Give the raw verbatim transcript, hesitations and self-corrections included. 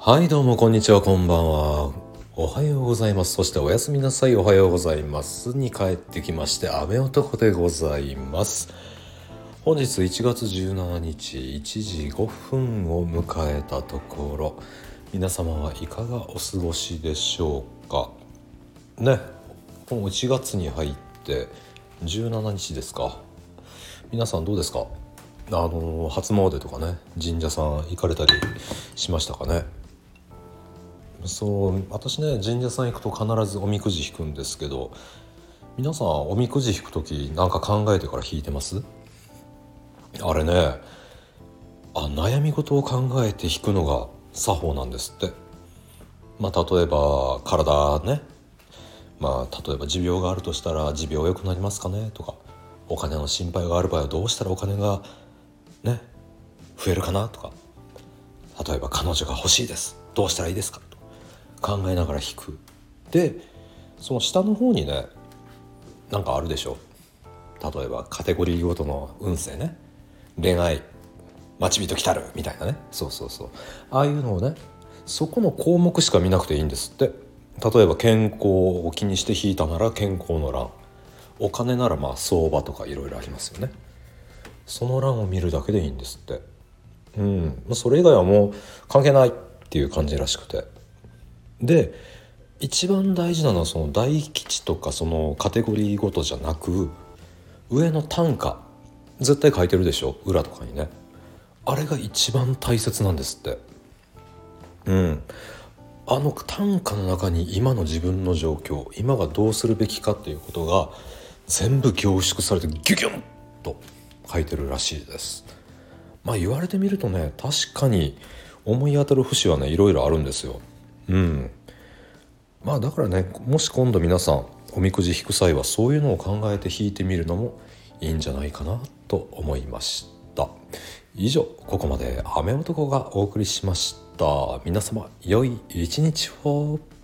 はいどうもこんにちは、こんばんは。おはようございます。そしておやすみなさい。おはようございますに帰ってきまして、雨男でございます。本日いちがつじゅうしちにちいちじごふんを迎えたところ、皆様はいかがお過ごしでしょうかね。もういちがつに入ってじゅうしちにちですか。皆さんどうですか？あの初詣とかね、神社さん行かれたりしましたかね。そう私ね、神社さん行くと必ずおみくじ引くんですけど、皆さんおみくじ引くときなんか考えてから引いてます？あれね、あ悩み事を考えて引くのが作法なんですって。まあ例えば体ね、まあ例えば持病があるとしたら持病良くなりますかねとか、お金の心配がある場合はどうしたらお金がね増えるかなとか、例えば彼女が欲しいですどうしたらいいですかと考えながら引く。でその下の方にね、なんかあるでしょ。例えばカテゴリーごとの運勢ね、恋愛待ち人来たるみたいなね、そうそうそう、ああいうのをね、そこの項目しか見なくていいんですって。例えば健康を気にして引いたなら健康の欄、お金ならまあ相場とかいろいろありますよね。その欄を見るだけでいいんですって。うん、それ以外はもう関係ないっていう感じらしくて、で一番大事なのはその大吉とかそのカテゴリーごとじゃなく、上の単価絶対書いてるでしょ、裏とかにね。あれが一番大切なんですって。うんあの単価の中に今の自分の状況、今がどうするべきかっていうことが全部凝縮されてギュギュンと書いてるらしいです。まあ言われてみるとね、確かに思い当たる節はねいろいろあるんですよ。うんまあだからね、もし今度皆さんおみくじ引く際はそういうのを考えて引いてみるのもいいんじゃないかなと思いました。以上、ここまで雨男がお送りしました。皆様良い一日を。